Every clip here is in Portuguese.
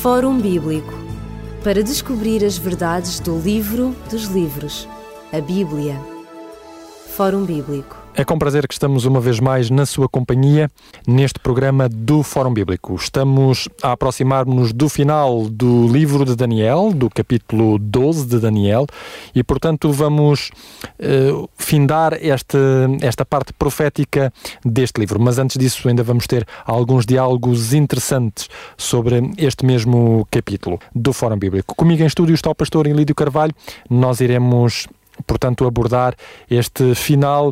Fórum Bíblico, para descobrir as verdades do livro dos livros, a Bíblia. Fórum Bíblico. É com prazer que estamos uma vez mais na sua companhia neste programa do Fórum Bíblico. Estamos a aproximar-nos do final do livro de Daniel, do capítulo 12 de Daniel, e portanto vamos findar esta parte profética deste livro. Mas antes disso ainda vamos ter alguns diálogos interessantes sobre este mesmo capítulo do Fórum Bíblico. Comigo em estúdio está o pastor Ilídio Carvalho. Nós iremos, portanto, abordar este final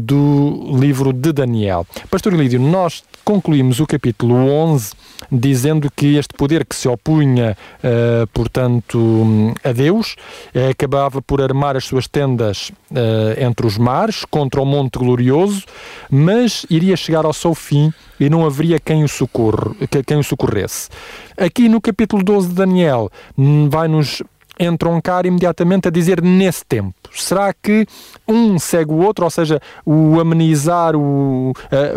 do livro de Daniel. Pastor Ilídio, nós concluímos o capítulo 11 dizendo que este poder que se opunha, portanto, a Deus, acabava por armar as suas tendas entre os mares, contra o Monte Glorioso, mas iria chegar ao seu fim e não haveria quem o socorresse. Aqui no capítulo 12 de Daniel vai-nos entroncar imediatamente a dizer nesse tempo. Será que um segue o outro, ou seja, o amenizar, o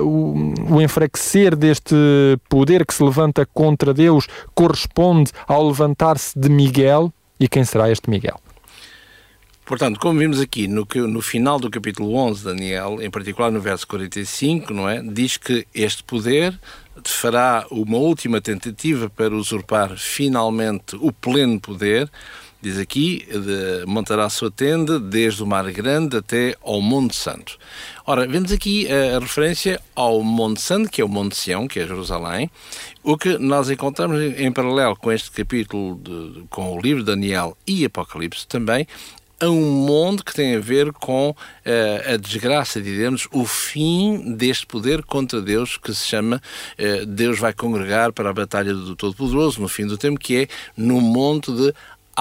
enfraquecer deste poder que se levanta contra Deus corresponde ao levantar-se de Miguel? E quem será este Miguel? Portanto, como vimos aqui no final do capítulo 11 de Daniel, em particular no verso 45, não é? Diz que este poder fará uma última tentativa para usurpar finalmente o pleno poder. Diz aqui, montará a sua tenda desde o Mar Grande até ao Monte Santo. Ora, vemos aqui a referência ao Monte Santo, que é o Monte Sião, que é Jerusalém. O que nós encontramos em paralelo com este capítulo, com o livro de Daniel e Apocalipse também, a um monte que tem a ver com a desgraça, diremos, o fim deste poder contra Deus, que se chama Deus vai congregar para a batalha do Todo-Poderoso, no fim do tempo, que é no monte de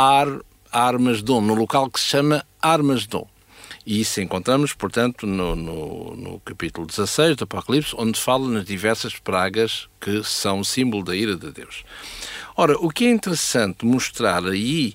Armagedon, no local que se chama Armagedon. E isso encontramos, portanto, no capítulo 16 do Apocalipse, onde fala nas diversas pragas que são símbolo da ira de Deus. Ora, o que é interessante mostrar aí,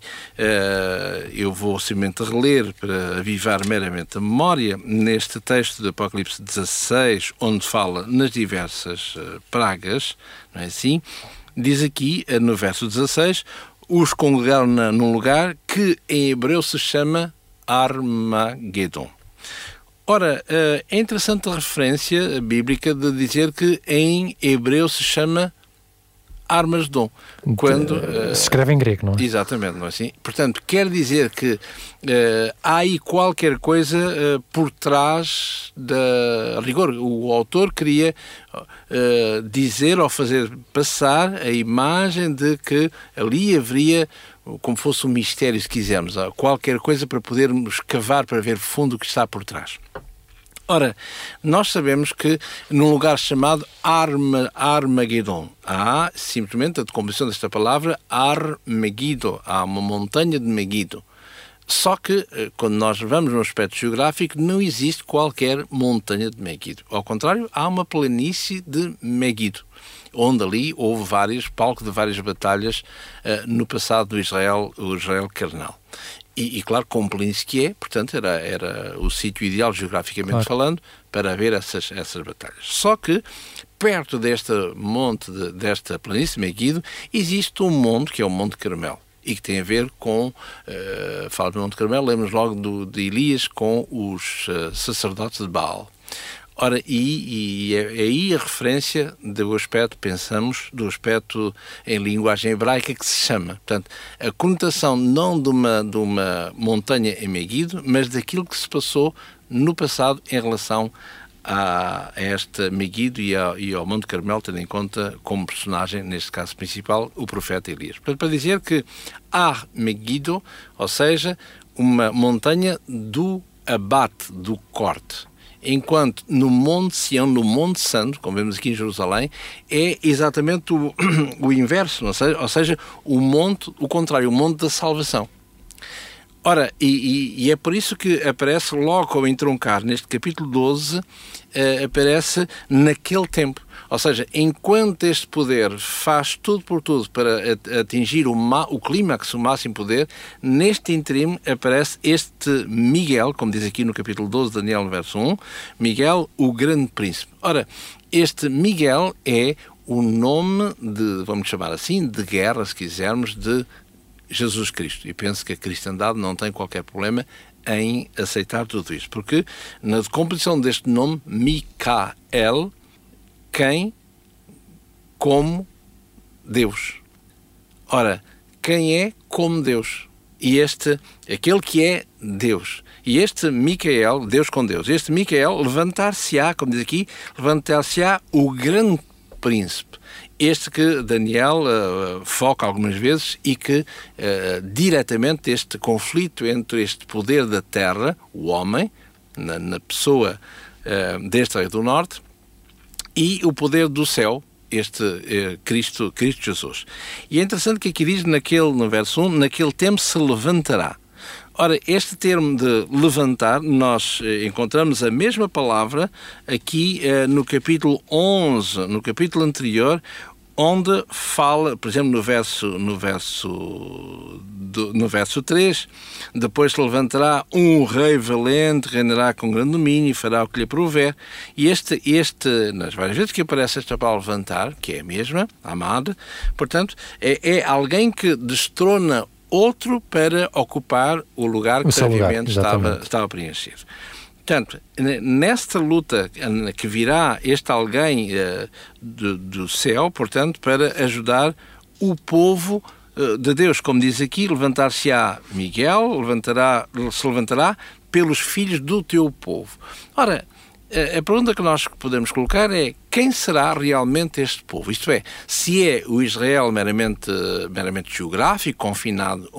eu vou simplesmente reler para avivar meramente a memória, neste texto do Apocalipse 16, onde fala nas diversas pragas, não é assim? Diz aqui, no verso 16, os congregaram num lugar que em hebreu se chama Armagedon. Ora, é interessante a referência bíblica de dizer que em hebreu se chama Armagedon. Quando se escreve em grego, não é? Exatamente, não é assim? Portanto, quer dizer que há aí qualquer coisa por trás da rigor. O autor queria dizer ou fazer passar a imagem de que ali haveria, como fosse um mistério, se quisermos, qualquer coisa para podermos cavar para ver fundo o que está por trás. Ora, nós sabemos que num lugar chamado Armagedon, há simplesmente a decomposição desta palavra Armagedon, há uma montanha de Megiddo. Só que, quando nós vamos no aspecto geográfico, não existe qualquer montanha de Megiddo. Ao contrário, há uma planície de Megiddo, onde ali houve palco de várias batalhas no passado do Israel, o Israel carnal. E claro, como planície que é, portanto, era o sítio ideal, geograficamente falando, para haver essas batalhas. Só que, perto desta planície, Megiddo, existe um monte, que é o Monte Carmelo, e que tem a ver com, fala do Monte Carmelo, lemos logo de Elias com os sacerdotes de Baal. Ora, e é aí a referência do aspecto, pensamos, do aspecto em linguagem hebraica que se chama. Portanto, a conotação não de uma montanha em Megiddo, mas daquilo que se passou no passado em relação a esta Megiddo e ao Monte Carmelo, tendo em conta como personagem, neste caso principal, o profeta Elias. Portanto, para dizer que há Megiddo, ou seja, uma montanha do abate, do corte. Enquanto no Monte Sião, no Monte Santo, como vemos aqui em Jerusalém, é exatamente o inverso, ou seja, o contrário, o monte da salvação. Ora, e é por isso que aparece logo ao entroncar, neste capítulo 12, aparece naquele tempo. Ou seja, enquanto este poder faz tudo por tudo para atingir o clímax, o máximo poder, neste interim aparece este Miguel, como diz aqui no capítulo 12 de Daniel, no verso 1, Miguel, o grande príncipe. Ora, este Miguel é o nome de, vamos chamar assim, de guerra, se quisermos, de Jesus Cristo. E penso que a cristandade não tem qualquer problema em aceitar tudo isto. Porque na decomposição deste nome, Micael, quem como Deus. Ora, quem é como Deus? E aquele que é Deus. E este Micael, Deus com Deus, este Micael levantar-se-á, como diz aqui, levantar-se-á o grande príncipe. Este que Daniel foca algumas vezes e que diretamente este conflito entre este poder da terra, o homem, na pessoa deste rei do norte, e o poder do céu, este Cristo Jesus. E é interessante que aqui diz no verso 1, naquele tempo se levantará. Ora, este termo de levantar, nós encontramos a mesma palavra aqui no capítulo 11, no capítulo anterior, onde fala, por exemplo, no verso 3, depois se levantará um rei valente, reinará com grande domínio e fará o que lhe aprouver. E nas várias vezes que aparece esta palavra levantar, que é a mesma, amada, portanto, é alguém que destrona outro para ocupar o lugar que previamente estava preenchido. Portanto, nesta luta que virá este alguém do céu, portanto, para ajudar o povo de Deus, como diz aqui, levantar-se-á Miguel, se levantará pelos filhos do teu povo. Ora, a pergunta que nós podemos colocar é: quem será realmente este povo? Isto é, se é o Israel meramente geográfico, confinado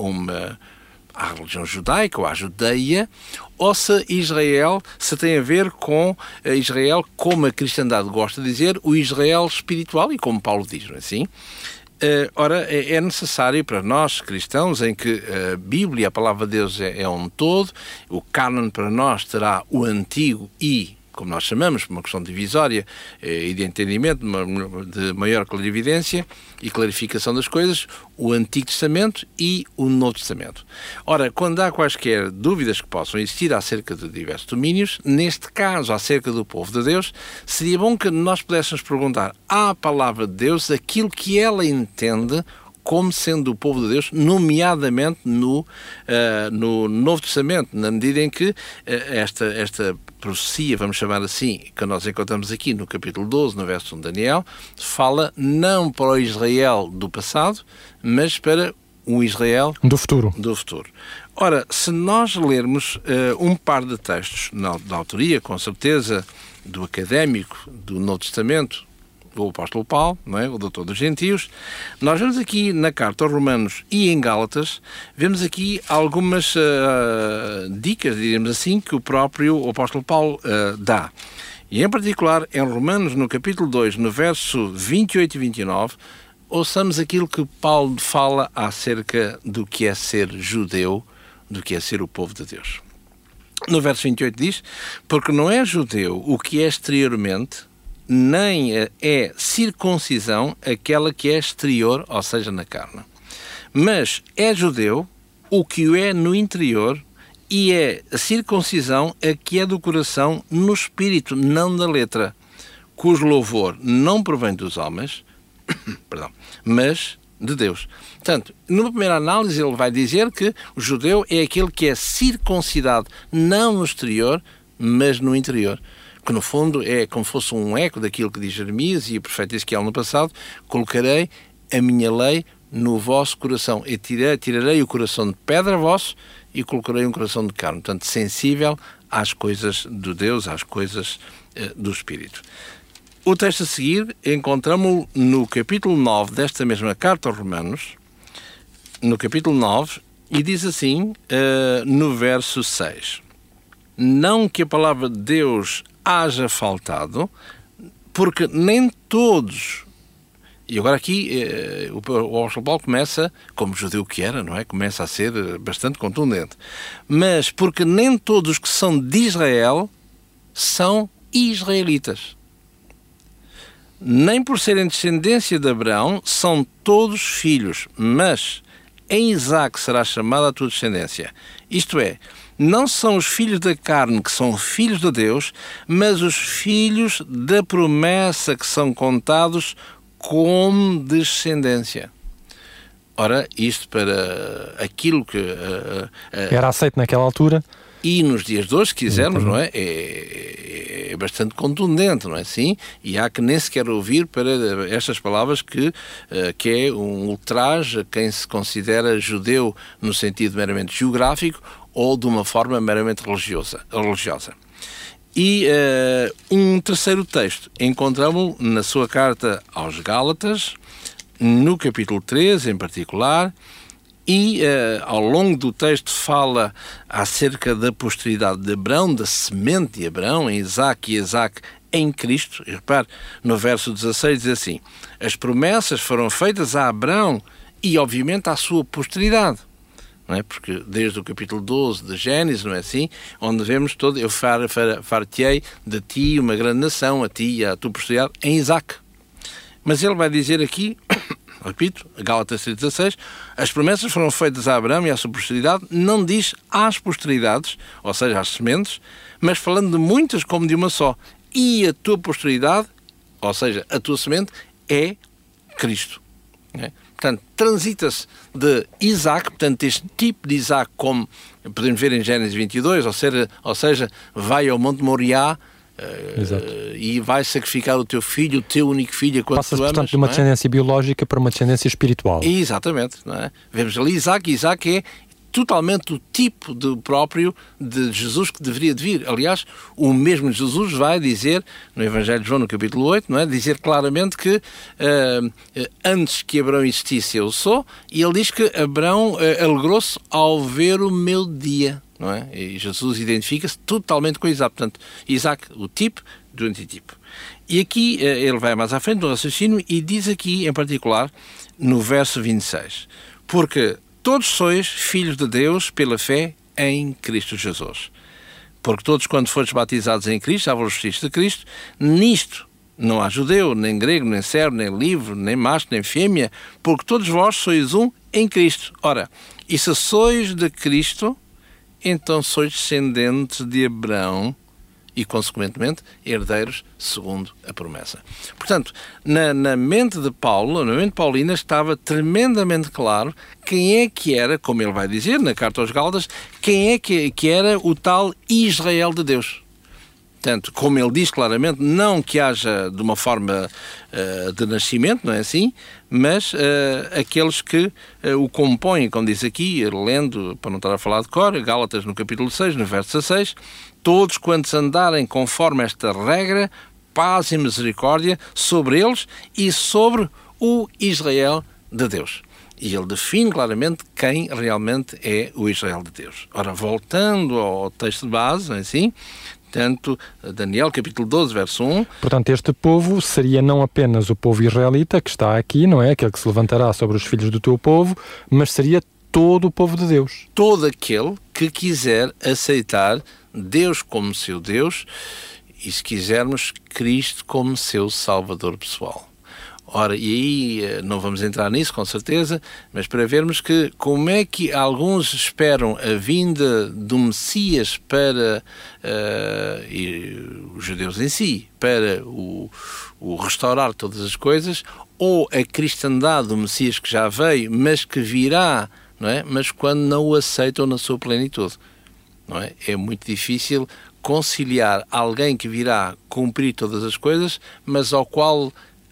à religião judaica ou à Judeia, ou se Israel se tem a ver com Israel, como a cristandade gosta de dizer, o Israel espiritual, e como Paulo diz, não é assim? Ora, é necessário para nós, cristãos, em que a Bíblia, a palavra de Deus, é um todo, o cânon para nós terá o Antigo e, como nós chamamos, por uma questão divisória e de entendimento, de maior clarividência e clarificação das coisas, o Antigo Testamento e o Novo Testamento. Ora, quando há quaisquer dúvidas que possam existir acerca de diversos domínios, neste caso, acerca do povo de Deus, seria bom que nós pudéssemos perguntar à palavra de Deus aquilo que ela entende como sendo o povo de Deus, nomeadamente no Novo Testamento, na medida em que esta profecia, vamos chamar assim, que nós encontramos aqui no capítulo 12, no verso 1 de Daniel, fala não para o Israel do passado, mas para um Israel do futuro. Ora, se nós lermos um par de textos da autoria, com certeza, do académico do Novo Testamento, o apóstolo Paulo, não é? O doutor dos gentios, nós vemos aqui na carta aos Romanos e em Gálatas, vemos aqui algumas dicas, diríamos assim, que o próprio apóstolo Paulo dá. E em particular, em Romanos, no capítulo 2, no verso 28 e 29, ouçamos aquilo que Paulo fala acerca do que é ser judeu, do que é ser o povo de Deus. No verso 28 diz: porque não é judeu o que é exteriormente, nem é circuncisão aquela que é exterior, ou seja, na carne. Mas é judeu o que o é no interior, e é a circuncisão a que é do coração no espírito, não da letra, cujo louvor não provém dos homens, mas de Deus. Portanto, numa primeira análise ele vai dizer que o judeu é aquele que é circuncidado não no exterior, mas no interior. Que no fundo é como se fosse um eco daquilo que diz Jeremias e o profeta Ezequiel no passado: colocarei a minha lei no vosso coração, e tirarei o coração de pedra vosso e colocarei um coração de carne, portanto sensível às coisas de Deus, às coisas do Espírito. O texto a seguir encontramos-lo no capítulo 9 desta mesma carta aos Romanos, no capítulo 9, e diz assim, no verso 6: não que a palavra de Deus haja faltado, porque nem todos... E agora aqui o apóstolo Paulo começa, como judeu que era, não é? Começa a ser bastante contundente. Mas porque nem todos os que são de Israel são israelitas. Nem por serem descendência de Abraão são todos filhos, mas em Isaque será chamada a tua descendência. Isto é, não são os filhos da carne que são filhos de Deus, mas os filhos da promessa que são contados como descendência. Ora, isto para aquilo que... era aceito naquela altura. E nos dias de hoje, se quisermos, não é? É bastante contundente, não é assim? E há que nem sequer ouvir para estas palavras que é um ultraje a quem se considera judeu no sentido meramente geográfico ou de uma forma meramente religiosa. E um terceiro texto encontramos na sua carta aos Gálatas, no capítulo 13 em particular, e ao longo do texto fala acerca da posteridade de Abraão, da semente de Abraão, em Isaque e Isaque em Cristo. E repare, no verso 16 diz assim: as promessas foram feitas a Abraão e obviamente à sua posteridade. Não é? Porque desde o capítulo 12 de Gênesis, não é assim? Onde vemos todo, eu far-te-ei de ti uma grande nação, a ti e à tua posteridade, em Isaque. Mas ele vai dizer aqui, repito, Gálatas 3,16, as promessas foram feitas a Abraão e à sua posteridade, não diz às posteridades, ou seja, às sementes, mas falando de muitas como de uma só. E a tua posteridade, ou seja, a tua semente, é Cristo. Não é? Portanto, transita-se de Isaque, portanto, este tipo de Isaque, como podemos ver em Gênesis 22, ou seja, vai ao Monte Moriá, e vai sacrificar o teu filho, o teu único filho, quando tu amas. Portanto, de uma descendência biológica para uma descendência espiritual. Exatamente. Não é? Vemos ali Isaque é totalmente o tipo próprio de Jesus que deveria de vir. Aliás, o mesmo Jesus vai dizer, no Evangelho de João, no capítulo 8, não é? Dizer claramente que antes que Abraão existisse, eu sou, e ele diz que Abraão alegrou-se ao ver o meu dia. Não é? E Jesus identifica-se totalmente com Isaque. Portanto, Isaque, o tipo do antitipo. E aqui ele vai mais à frente no raciocínio e diz aqui, em particular, no verso 26, porque todos sois filhos de Deus pela fé em Cristo Jesus. Porque todos, quando fores batizados em Cristo, já vos vestiste de Cristo. Nisto não há judeu, nem grego, nem servo, nem livre, nem macho, nem fêmea, porque todos vós sois um em Cristo. Ora, e se sois de Cristo, então sois descendentes de Abraão e, consequentemente, herdeiros segundo a promessa. Portanto, na mente de Paulo, na mente paulina, estava tremendamente claro quem é que era, como ele vai dizer na carta aos Gálatas, quem é que era o tal Israel de Deus. Portanto, como ele diz claramente, não que haja de uma forma de nascimento, não é assim, mas aqueles que o compõem, como diz aqui, lendo, para não estar a falar de cor, Gálatas no capítulo 6, no verso 16, todos quantos andarem conforme esta regra, paz e misericórdia sobre eles e sobre o Israel de Deus. E ele define claramente quem realmente é o Israel de Deus. Ora, voltando ao texto de base, não é assim? Portanto, Daniel, capítulo 12, verso 1. Portanto, este povo seria não apenas o povo israelita, que está aqui, não é? Aquele que se levantará sobre os filhos do teu povo, mas seria todo o povo de Deus. Todo aquele que quiser aceitar Deus como seu Deus e, se quisermos, Cristo como seu Salvador pessoal. Ora, e aí não vamos entrar nisso, com certeza, mas para vermos que como é que alguns esperam a vinda do Messias para e os judeus em si, para o restaurar todas as coisas, ou a cristandade do Messias que já veio, mas que virá, não é? Mas quando não o aceitam na sua plenitude. Não é? É muito difícil conciliar alguém que virá cumprir todas as coisas, mas ao qual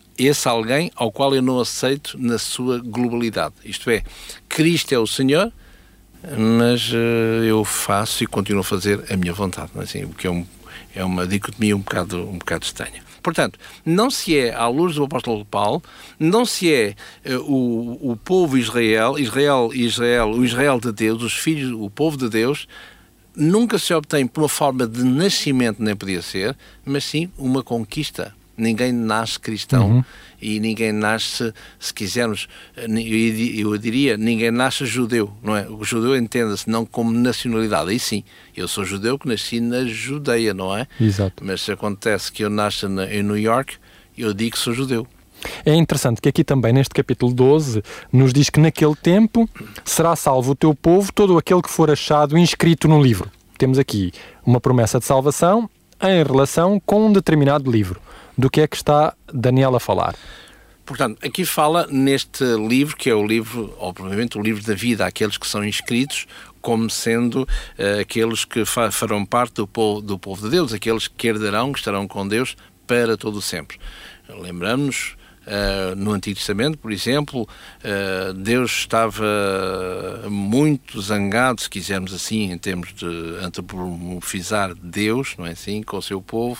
eu não aceito na sua globalidade. Isto é, Cristo é o Senhor, mas eu faço e continuo a fazer a minha vontade. Não é assim? O que é uma dicotomia um bocado estranha. Portanto, não se é, à luz do apóstolo Paulo, não se é o povo Israel, o Israel de Deus, os filhos, o povo de Deus, nunca se obtém por uma forma de nascimento, nem podia ser, mas sim uma conquista. Ninguém nasce cristão e ninguém nasce, se quisermos, eu diria, ninguém nasce judeu, não é? O judeu entenda-se não como nacionalidade, aí sim, eu sou judeu que nasci na Judeia, não é? Exato. Mas se acontece que eu nasça em New York, eu digo que sou judeu. É interessante que aqui também, neste capítulo 12, nos diz que naquele tempo será salvo o teu povo, todo aquele que for achado inscrito no livro. Temos aqui uma promessa de salvação em relação com um determinado livro. Do que é que está Daniel a falar? Portanto, aqui fala neste livro, que é o livro, obviamente, o livro da vida, àqueles que são inscritos como sendo aqueles que farão parte do povo de Deus, aqueles que herdarão, que estarão com Deus para todo o sempre. Lembramos-nos, no Antigo Testamento, por exemplo, Deus estava muito zangado, se quisermos assim, em termos de antropomorfizar Deus, não é assim, com o seu povo,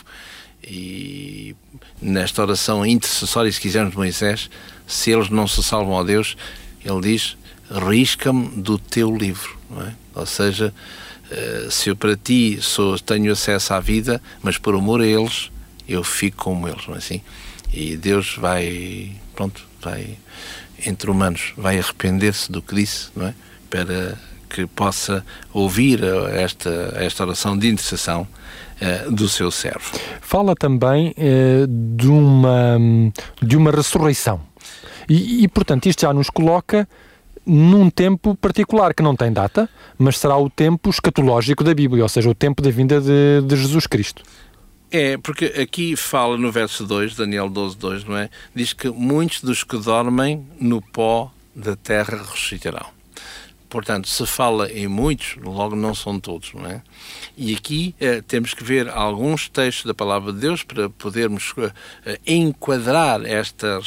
e nesta oração intercessória, se quisermos, de Moisés, se eles não se salvam a Deus, ele diz: risca-me do teu livro, não é? Ou seja, se eu para ti tenho acesso à vida, mas por amor a eles, eu fico como eles, não é assim? E Deus vai entre humanos, vai arrepender-se do que disse, não é? Para que possa ouvir esta oração de intercessão do seu servo. Fala também de uma ressurreição. E, portanto, isto já nos coloca num tempo particular, que não tem data, mas será o tempo escatológico da Bíblia, ou seja, o tempo da vinda de Jesus Cristo. Porque aqui fala no verso 2, Daniel 12:2, não é? Diz que muitos dos que dormem no pó da terra ressuscitarão. Portanto, se fala em muitos, logo não são todos, não é? E aqui temos que ver alguns textos da Palavra de Deus para podermos enquadrar esta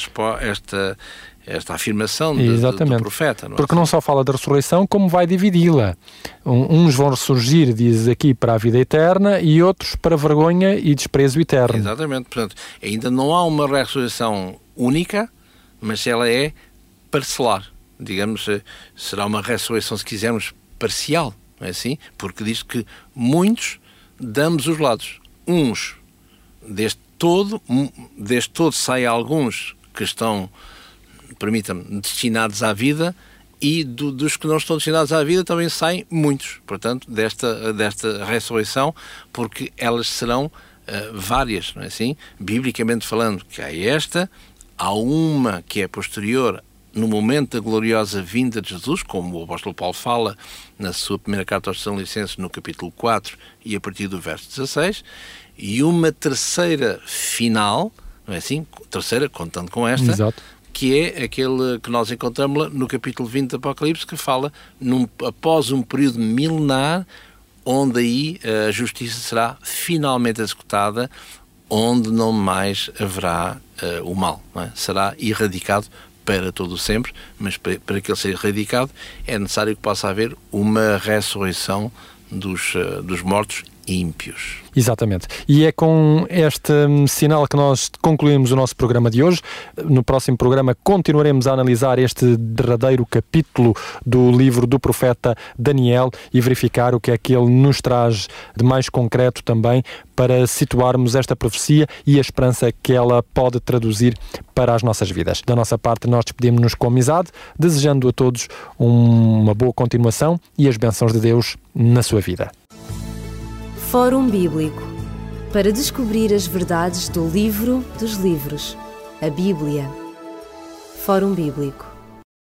afirmação do profeta. Não é? Porque não só fala da ressurreição, como vai dividi-la. Uns vão ressurgir, diz aqui, para a vida eterna, e outros para vergonha e desprezo eterno. Exatamente. Portanto, ainda não há uma ressurreição única, mas ela é parcelar. Digamos, será uma ressurreição, se quisermos, parcial, não é assim? Porque diz que muitos de ambos os lados. Uns, deste todo saem alguns que estão, permita-me, destinados à vida, e dos que não estão destinados à vida também saem muitos, portanto, desta ressurreição, porque elas serão várias, não é assim? Biblicamente falando, que há uma que é posterior no momento da gloriosa vinda de Jesus, como o apóstolo Paulo fala na sua primeira carta aos Tessalonicenses, no capítulo 4 e a partir do verso 16, e uma terceira final, não é assim? Terceira, contando com esta, exato, que é aquele que nós encontramos no capítulo 20 do Apocalipse, que fala após um período milenar, onde aí a justiça será finalmente executada, onde não mais haverá o mal, não é? Será erradicado para todo o sempre, mas para que ele seja erradicado é necessário que possa haver uma ressurreição dos mortos ímpios. Exatamente. E é com este sinal que nós concluímos o nosso programa de hoje. No próximo programa continuaremos a analisar este derradeiro capítulo do livro do profeta Daniel e verificar o que é que ele nos traz de mais concreto também para situarmos esta profecia e a esperança que ela pode traduzir para as nossas vidas. Da nossa parte, nós despedimos-nos com amizade, desejando a todos uma boa continuação e as bênçãos de Deus na sua vida. Fórum Bíblico, para descobrir as verdades do livro dos livros, a Bíblia. Fórum Bíblico.